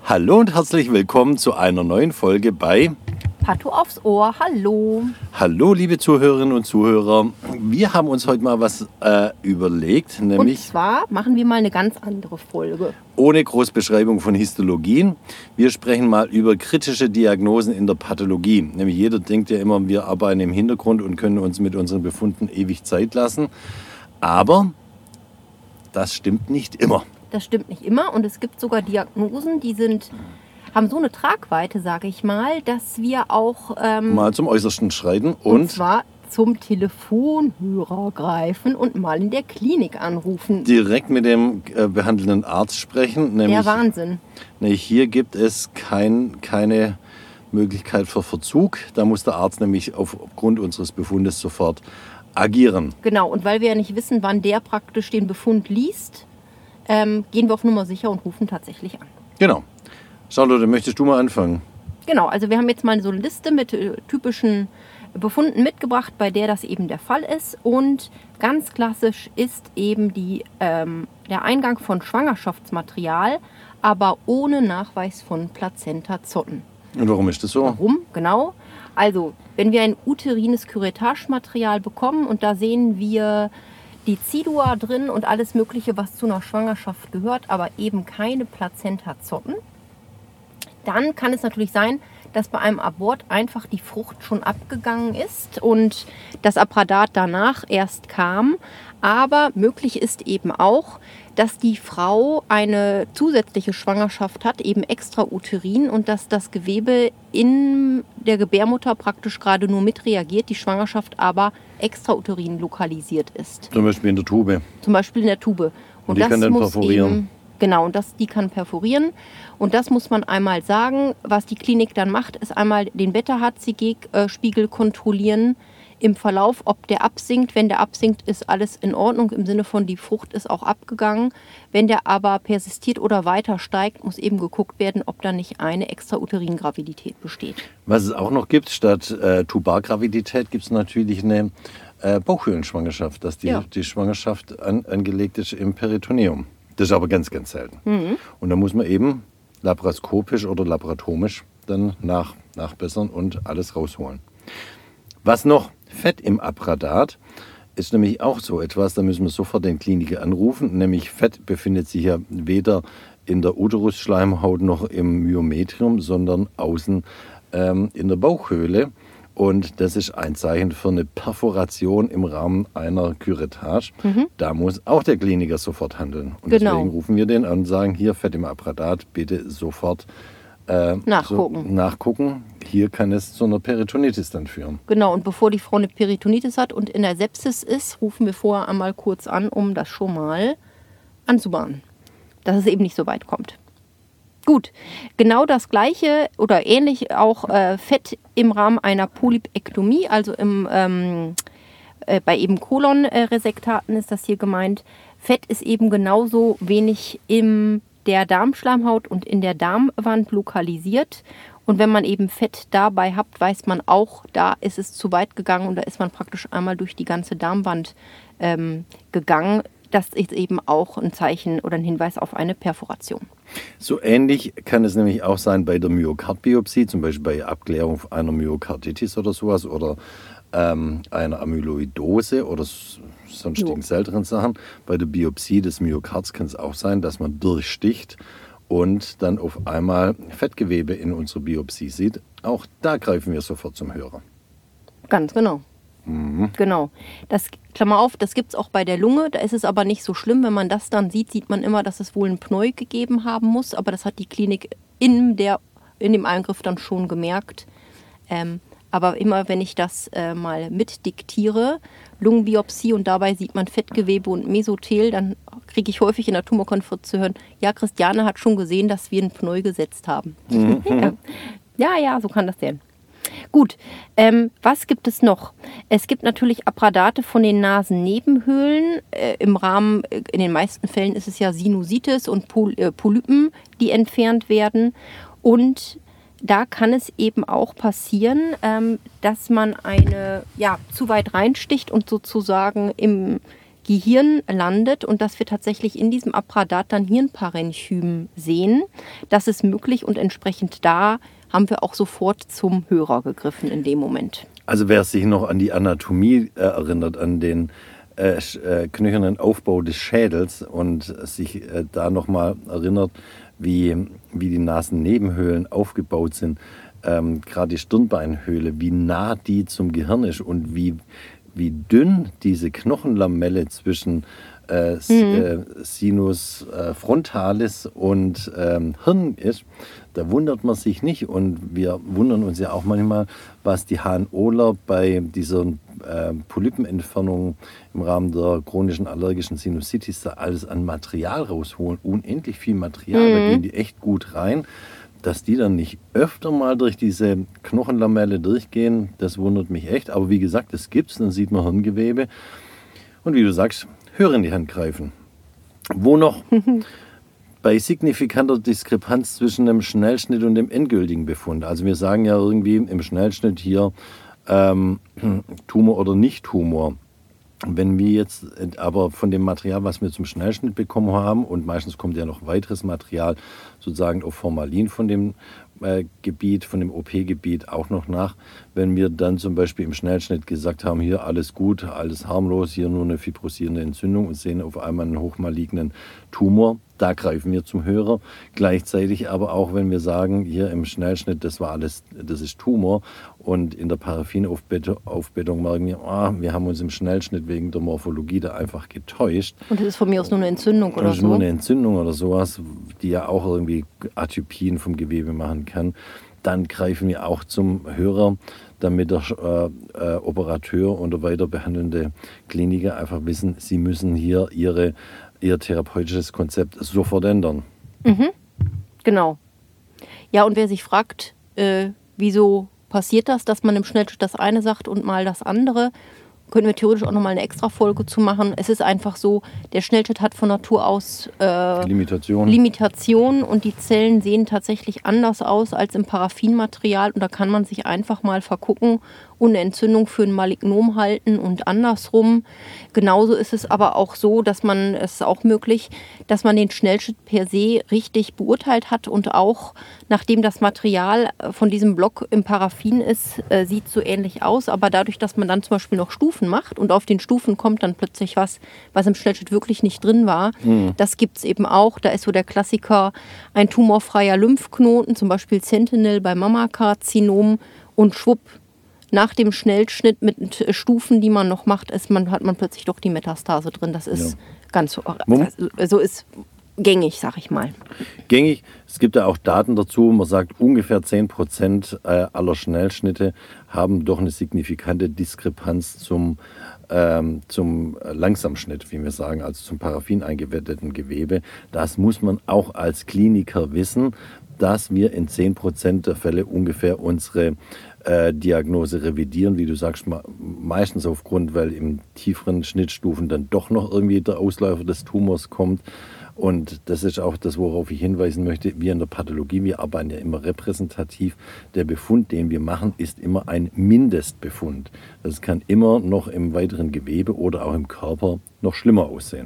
Hallo und herzlich willkommen zu einer neuen Folge bei Pato aufs Ohr, hallo. Hallo liebe Zuhörerinnen und Zuhörer. Wir haben uns heute mal was überlegt, nämlich Und zwar machen wir mal eine ganz andere Folge. ohne Großbeschreibung von Histologien. Wir sprechen mal über kritische Diagnosen in der Pathologie. Nämlich jeder denkt ja immer, wir arbeiten im Hintergrund und können uns mit unseren Befunden ewig Zeit lassen. Aber das stimmt nicht immer. Das stimmt nicht immer und es gibt sogar Diagnosen, die haben so eine Tragweite, sage ich mal, dass wir auch Mal zum Äußersten schreiten und und zwar zum Telefonhörer greifen und mal in der Klinik anrufen. direkt mit dem behandelnden Arzt sprechen. Der Wahnsinn. Nämlich hier gibt es keine Möglichkeit für Verzug. Da muss der Arzt nämlich aufgrund unseres Befundes sofort agieren. Genau, und weil wir ja nicht wissen, wann der praktisch den Befund liest, gehen wir auf Nummer sicher und rufen tatsächlich an. Genau. Charlotte, möchtest du mal anfangen? Genau, also wir haben jetzt mal so eine Liste mit typischen Befunden mitgebracht, bei der das eben der Fall ist. Und ganz klassisch ist eben der Eingang von Schwangerschaftsmaterial, aber ohne Nachweis von Plazentazotten. Und warum ist das so? Warum? Genau. Also, wenn wir ein uterines Curettage-Material bekommen und da sehen wir die Zidua drin und alles Mögliche, was zu einer Schwangerschaft gehört, aber eben keine Plazentazotten, dann kann es natürlich sein, dass bei einem Abort einfach die Frucht schon abgegangen ist und das Apradat danach erst kam. Aber möglich ist eben auch, dass die Frau eine zusätzliche Schwangerschaft hat, eben extrauterin, und dass das Gewebe in der Gebärmutter praktisch gerade nur mitreagiert, die Schwangerschaft aber extrauterin lokalisiert ist. Zum Beispiel in der Tube. Zum Beispiel in der Tube. Und die kann dann perforieren. Genau, und die kann perforieren. Und das muss man einmal sagen. Was die Klinik dann macht, ist einmal den Beta-HCG-Spiegel kontrollieren im Verlauf, ob der absinkt. Wenn der absinkt, ist alles in Ordnung, im Sinne von die Frucht ist auch abgegangen. Wenn der aber persistiert oder weiter steigt, muss eben geguckt werden, ob da nicht eine Extrauterin-Gravidität besteht. Was es auch noch gibt, statt Tubargravidität gibt es natürlich eine Bauchhöhlenschwangerschaft, dass die Schwangerschaft angelegt ist im Peritoneum. Das ist aber ganz, ganz selten. Mhm. Und da muss man eben laparoskopisch oder laparotomisch dann nachbessern und alles rausholen. Was noch? Fett im Apradat ist nämlich auch so etwas, da müssen wir sofort den Kliniker anrufen. Nämlich Fett befindet sich ja weder in der Uterusschleimhaut noch im Myometrium, sondern außen in der Bauchhöhle. Und das ist ein Zeichen für eine Perforation im Rahmen einer Curettage. Mhm. Da muss auch der Kliniker sofort handeln. Und Genau. deswegen rufen wir den an und sagen, hier Fett im Apradat, bitte sofort nachgucken. Hier kann es zu einer Peritonitis dann führen. Genau, und bevor die Frau eine Peritonitis hat und in der Sepsis ist, rufen wir vorher einmal kurz an, um das schon mal anzubahnen, dass es eben nicht so weit kommt. Gut, genau das Gleiche oder ähnlich auch Fett im Rahmen einer Polypektomie, also bei eben Kolonresektaten ist das hier gemeint. Fett ist eben genauso wenig in der Darmschleimhaut und in der Darmwand lokalisiert. Und wenn man eben Fett dabei hat, weiß man auch, da ist es zu weit gegangen und da ist man praktisch einmal durch die ganze Darmwand gegangen. Das ist eben auch ein Zeichen oder ein Hinweis auf eine Perforation. So ähnlich kann es nämlich auch sein bei der Myokardbiopsie, zum Beispiel bei Abklärung einer Myokarditis oder sowas oder einer Amyloidose oder sonstigen seltenen Sachen. Bei der Biopsie des Myokards kann es auch sein, dass man durchsticht und dann auf einmal Fettgewebe in unserer Biopsie sieht. Auch da greifen wir sofort zum Hörer. Ganz genau. Mhm. Genau. Das, Klammer auf, das gibt es auch bei der Lunge. Da ist es aber nicht so schlimm. Wenn man das dann sieht, sieht man immer, dass es wohl ein Pneu gegeben haben muss. Aber das hat die Klinik in dem Eingriff dann schon gemerkt. Aber immer, wenn ich das mal mitdiktiere, Lungenbiopsie und dabei sieht man Fettgewebe und Mesothel, dann kriege ich häufig in der Tumorkonferenz zu hören, ja, Christiane hat schon gesehen, dass wir ein Pneu gesetzt haben. Mhm. Ja, so kann das sein. Gut, was gibt es noch? Es gibt natürlich Apradate von den Nasennebenhöhlen. In den meisten Fällen ist es ja Sinusitis und Polypen, die entfernt werden. Und da kann es eben auch passieren, dass man zu weit reinsticht und sozusagen im Gehirn landet und dass wir tatsächlich in diesem Apradat dann Hirnparenchym sehen. Das ist möglich und entsprechend da haben wir auch sofort zum Hörer gegriffen in dem Moment. Also wer sich noch an die Anatomie erinnert, an den knöchernen Aufbau des Schädels und sich da nochmal erinnert, wie die Nasennebenhöhlen aufgebaut sind, gerade die Stirnbeinhöhle, wie nah die zum Gehirn ist und wie dünn diese Knochenlamelle zwischen Sinus frontalis und Hirn ist, da wundert man sich nicht. Und wir wundern uns ja auch manchmal, was die HNOler bei dieser Polypenentfernung im Rahmen der chronischen allergischen Sinusitis da alles an Material rausholen. Unendlich viel Material, da gehen die echt gut rein. Dass die dann nicht öfter mal durch diese Knochenlamelle durchgehen, das wundert mich echt. Aber wie gesagt, das gibt's, dann sieht man Hirngewebe. Und wie du sagst, Hörer in die Hand greifen. Wo noch? Bei signifikanter Diskrepanz zwischen dem Schnellschnitt und dem endgültigen Befund. Also wir sagen ja irgendwie im Schnellschnitt hier Tumor oder Nicht-Tumor. Wenn wir jetzt aber von dem Material, was wir zum Schnellschnitt bekommen haben, und meistens kommt ja noch weiteres Material sozusagen auf Formalin von dem Gebiet, von dem OP-Gebiet auch noch nach, wenn wir dann zum Beispiel im Schnellschnitt gesagt haben, hier alles gut, alles harmlos, hier nur eine fibrosierende Entzündung und sehen auf einmal einen hochmalignen Tumor, da greifen wir zum Hörer. Gleichzeitig aber auch, wenn wir sagen, hier im Schnellschnitt, das war alles, das ist Tumor, und in der Paraffinaufbettung merken wir, wir haben uns im Schnellschnitt wegen der Morphologie da einfach getäuscht. Und das ist von mir aus nur eine Entzündung oder so? Das ist nur eine Entzündung oder sowas, die ja auch irgendwie Atypien vom Gewebe machen kann. Dann greifen wir auch zum Hörer, damit der Operateur und der weiter behandelnde Kliniker einfach wissen, sie müssen hier ihr therapeutisches Konzept sofort ändern. Genau. Ja, und wer sich fragt, wieso passiert das, dass man im Schnellschnitt das eine sagt und mal das andere, können wir theoretisch auch nochmal eine extra Folge zu machen. Es ist einfach so, der Schnellschnitt hat von Natur aus Limitationen und die Zellen sehen tatsächlich anders aus als im Paraffinmaterial und da kann man sich einfach mal vergucken und eine Entzündung für ein Malignom halten und andersrum. Genauso ist es aber auch so, es ist auch möglich, dass man den Schnellschnitt per se richtig beurteilt hat und auch, nachdem das Material von diesem Block im Paraffin ist, sieht so ähnlich aus, aber dadurch, dass man dann zum Beispiel noch Stufen macht und auf den Stufen kommt dann plötzlich was im Schnellschnitt wirklich nicht drin war, das gibt es eben auch. Da ist so der Klassiker ein tumorfreier Lymphknoten, zum Beispiel Sentinel bei Mammakarzinom und schwupp, nach dem Schnellschnitt mit Stufen, die man noch macht, hat man plötzlich doch die Metastase drin. Das ist ganz so ist gängig, sag ich mal. Gängig. Es gibt ja auch Daten dazu. Man sagt, ungefähr 10% aller Schnellschnitte haben doch eine signifikante Diskrepanz zum Langsamschnitt, wie wir sagen, also zum Paraffin eingewetteten Gewebe. Das muss man auch als Kliniker wissen, dass wir in 10% der Fälle ungefähr unsere Diagnose revidieren, wie du sagst, meistens aufgrund, weil im tieferen Schnittstufen dann doch noch irgendwie der Ausläufer des Tumors kommt. Und das ist auch das, worauf ich hinweisen möchte. Wir in der Pathologie, wir arbeiten ja immer repräsentativ. Der Befund, den wir machen, ist immer ein Mindestbefund. Das kann immer noch im weiteren Gewebe oder auch im Körper noch schlimmer aussehen.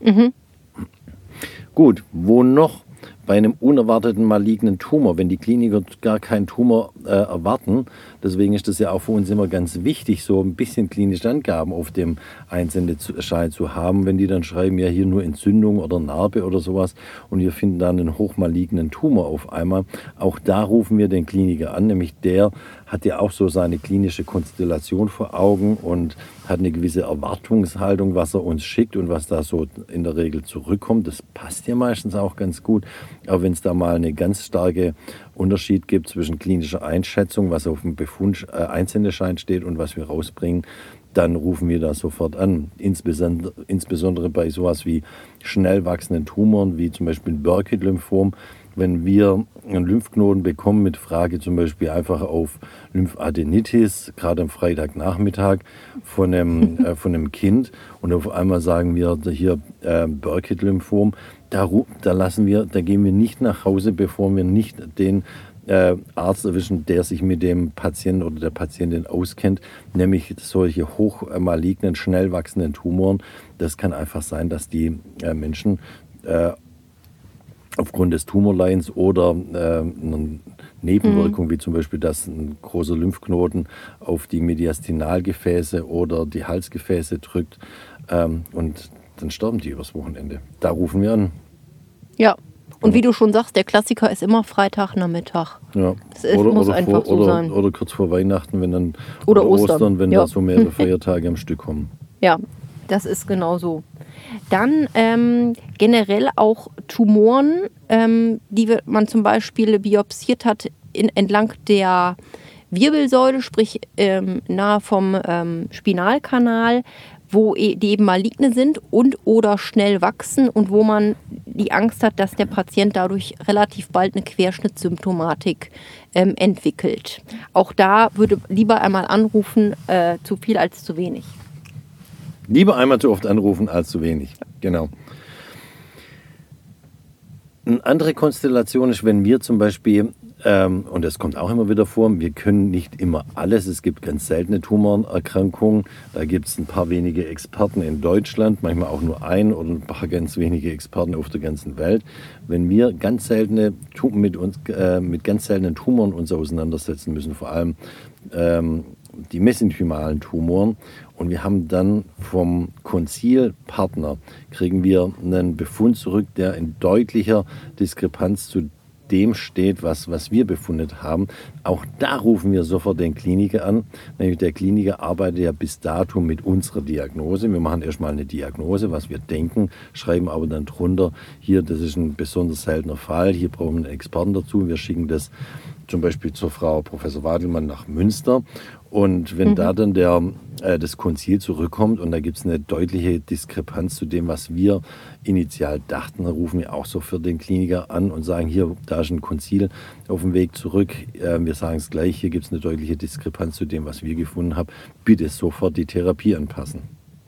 Gut, wo noch? Bei einem unerwarteten malignen Tumor, wenn die Kliniker gar keinen Tumor erwarten. Deswegen ist das ja auch für uns immer ganz wichtig, so ein bisschen klinische Angaben auf dem Einsendeschein zu haben. Wenn die dann schreiben, ja hier nur Entzündung oder Narbe oder sowas und wir finden dann einen hochmalignen Tumor auf einmal. Auch da rufen wir den Kliniker an, nämlich der hat ja auch so seine klinische Konstellation vor Augen und hat eine gewisse Erwartungshaltung, was er uns schickt und was da so in der Regel zurückkommt. Das passt ja meistens auch ganz gut. Aber wenn es da mal einen ganz starken Unterschied gibt zwischen klinischer Einschätzung, was auf dem Befund Einsendeschein steht und was wir rausbringen, dann rufen wir da sofort an. Insbesondere bei sowas wie schnell wachsenden Tumoren, wie zum Beispiel ein Burkitt-Lymphom. Wenn wir einen Lymphknoten bekommen mit Frage zum Beispiel einfach auf Lymphadenitis, gerade am Freitagnachmittag von einem Kind und auf einmal sagen wir hier Burkitt-Lymphom, da gehen wir nicht nach Hause, bevor wir nicht den Arzt erwischen, der sich mit dem Patienten oder der Patientin auskennt, nämlich solche hochmalignen, schnell wachsenden Tumoren. Das kann einfach sein, dass die Menschen aufgrund des Tumorleidens oder einer Nebenwirkung, wie zum Beispiel, dass ein großer Lymphknoten auf die Mediastinalgefäße oder die Halsgefäße drückt, und dann sterben die übers Wochenende. Da rufen wir an. Ja, und wie du schon sagst, der Klassiker ist immer Freitagnachmittag. Ja. Das muss einfach so sein. Oder kurz vor Weihnachten, wenn dann oder Ostern, wenn da so mehrere Feiertage am Stück kommen. Ja, das ist genau so. Dann generell auch Tumoren, die man zum Beispiel biopsiert hat entlang der Wirbelsäule, sprich nahe vom Spinalkanal, wo die eben maligne sind und oder schnell wachsen und wo man die Angst hat, dass der Patient dadurch relativ bald eine Querschnittssymptomatik entwickelt. Auch da würde lieber einmal anrufen, zu viel als zu wenig. Lieber einmal zu oft anrufen als zu wenig, genau. Eine andere Konstellation ist, wenn wir zum Beispiel, und das kommt auch immer wieder vor, wir können nicht immer alles, es gibt ganz seltene Tumorerkrankungen, da gibt es ein paar wenige Experten in Deutschland, manchmal auch nur ein oder ein paar ganz wenige Experten auf der ganzen Welt. Wenn wir mit ganz seltenen Tumoren uns auseinandersetzen müssen, vor allem die mesenchymalen Tumoren, und wir haben dann vom Konzilpartner, kriegen wir einen Befund zurück, der in deutlicher Diskrepanz zu dem steht, was wir befunden haben. Auch da rufen wir sofort den Kliniker an. Nämlich der Kliniker arbeitet ja bis dato mit unserer Diagnose. Wir machen erstmal eine Diagnose, was wir denken, schreiben aber dann drunter, hier, das ist ein besonders seltener Fall, hier brauchen wir einen Experten dazu. Wir schicken das zum Beispiel zur Frau Professor Wadelmann nach Münster. Und wenn da dann das Konzil zurückkommt und da gibt es eine deutliche Diskrepanz zu dem, was wir initial dachten, dann rufen wir auch sofort den Kliniker an und sagen, hier, da ist ein Konzil auf dem Weg zurück. Wir sagen es gleich, hier gibt es eine deutliche Diskrepanz zu dem, was wir gefunden haben. Bitte sofort die Therapie anpassen.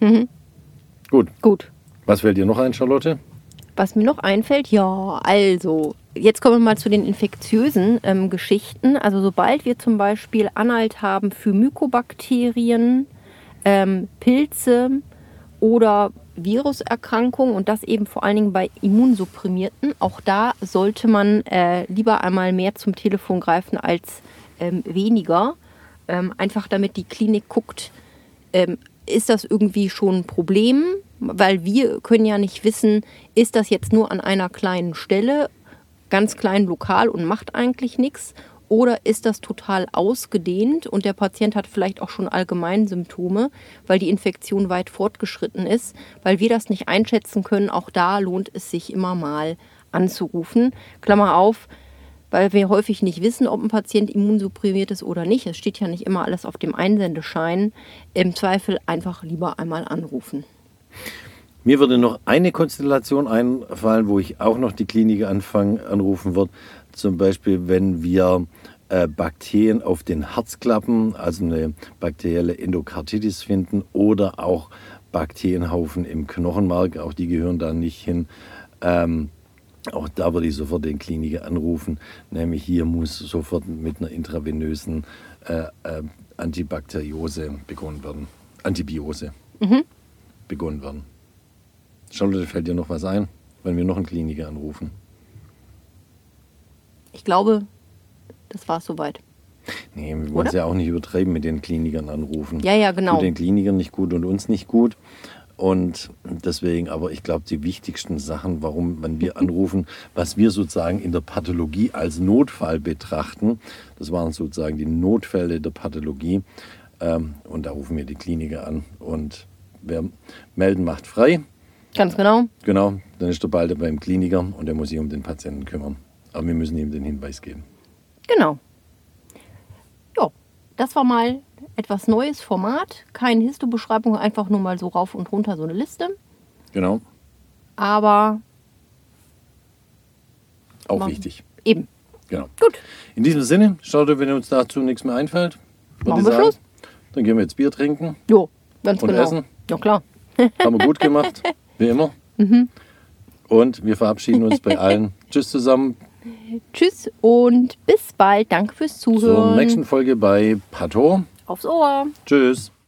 Gut. Was fällt dir noch ein, Charlotte? Was mir noch einfällt, ja, also, jetzt kommen wir mal zu den infektiösen Geschichten. Also sobald wir zum Beispiel Anhalt haben für Mykobakterien, Pilze oder Viruserkrankungen und das eben vor allen Dingen bei Immunsupprimierten, auch da sollte man lieber einmal mehr zum Telefon greifen als weniger. Einfach damit die Klinik guckt, ist das irgendwie schon ein Problem? Weil wir können ja nicht wissen, ist das jetzt nur an einer kleinen Stelle, ganz klein lokal und macht eigentlich nichts? Oder ist das total ausgedehnt und der Patient hat vielleicht auch schon Allgemeinsymptome, weil die Infektion weit fortgeschritten ist? Weil wir das nicht einschätzen können, auch da lohnt es sich immer mal anzurufen. Klammer auf, weil wir häufig nicht wissen, ob ein Patient immunsupprimiert ist oder nicht. Es steht ja nicht immer alles auf dem Einsendeschein. Im Zweifel einfach lieber einmal anrufen. Mir würde noch eine Konstellation einfallen, wo ich auch noch die Klinik anrufen würde. Zum Beispiel, wenn wir Bakterien auf den Herzklappen, also eine bakterielle Endokarditis finden oder auch Bakterienhaufen im Knochenmark, auch die gehören da nicht hin. Auch da würde ich sofort den Kliniker anrufen. Nämlich hier muss sofort mit einer intravenösen Antibakteriose begonnen werden. Antibiose begonnen werden. Charlotte, fällt dir noch was ein, wenn wir noch einen Kliniker anrufen? Ich glaube, das war es soweit. Nee, wir wollen es ja auch nicht übertreiben mit den Klinikern anrufen. Ja, genau. Tut den Klinikern nicht gut und uns nicht gut. Und deswegen, aber ich glaube, die wichtigsten Sachen, warum, wenn wir anrufen, was wir sozusagen in der Pathologie als Notfall betrachten, das waren sozusagen die Notfälle der Pathologie. Und da rufen wir die Kliniker an. Und wer melden macht frei. Ganz genau. Genau, dann ist der Ball beim Kliniker und der muss sich um den Patienten kümmern. Aber wir müssen ihm den Hinweis geben. Genau. Ja, das war mal etwas neues Format. Keine Histobeschreibung, einfach nur mal so rauf und runter so eine Liste. Genau. Aber auch wichtig. Eben. Genau. Gut. In diesem Sinne, Charlotte, wenn uns dazu nichts mehr einfällt, machen wir Schluss. Dann gehen wir jetzt Bier trinken. Jo, ganz und genau. Essen. Ja, klar. Haben wir gut gemacht, wie immer. Und wir verabschieden uns bei allen. Tschüss zusammen, Tschüss und bis bald. Danke fürs Zuhören. Zur nächsten Folge bei Pato. Aufs Ohr. Tschüss.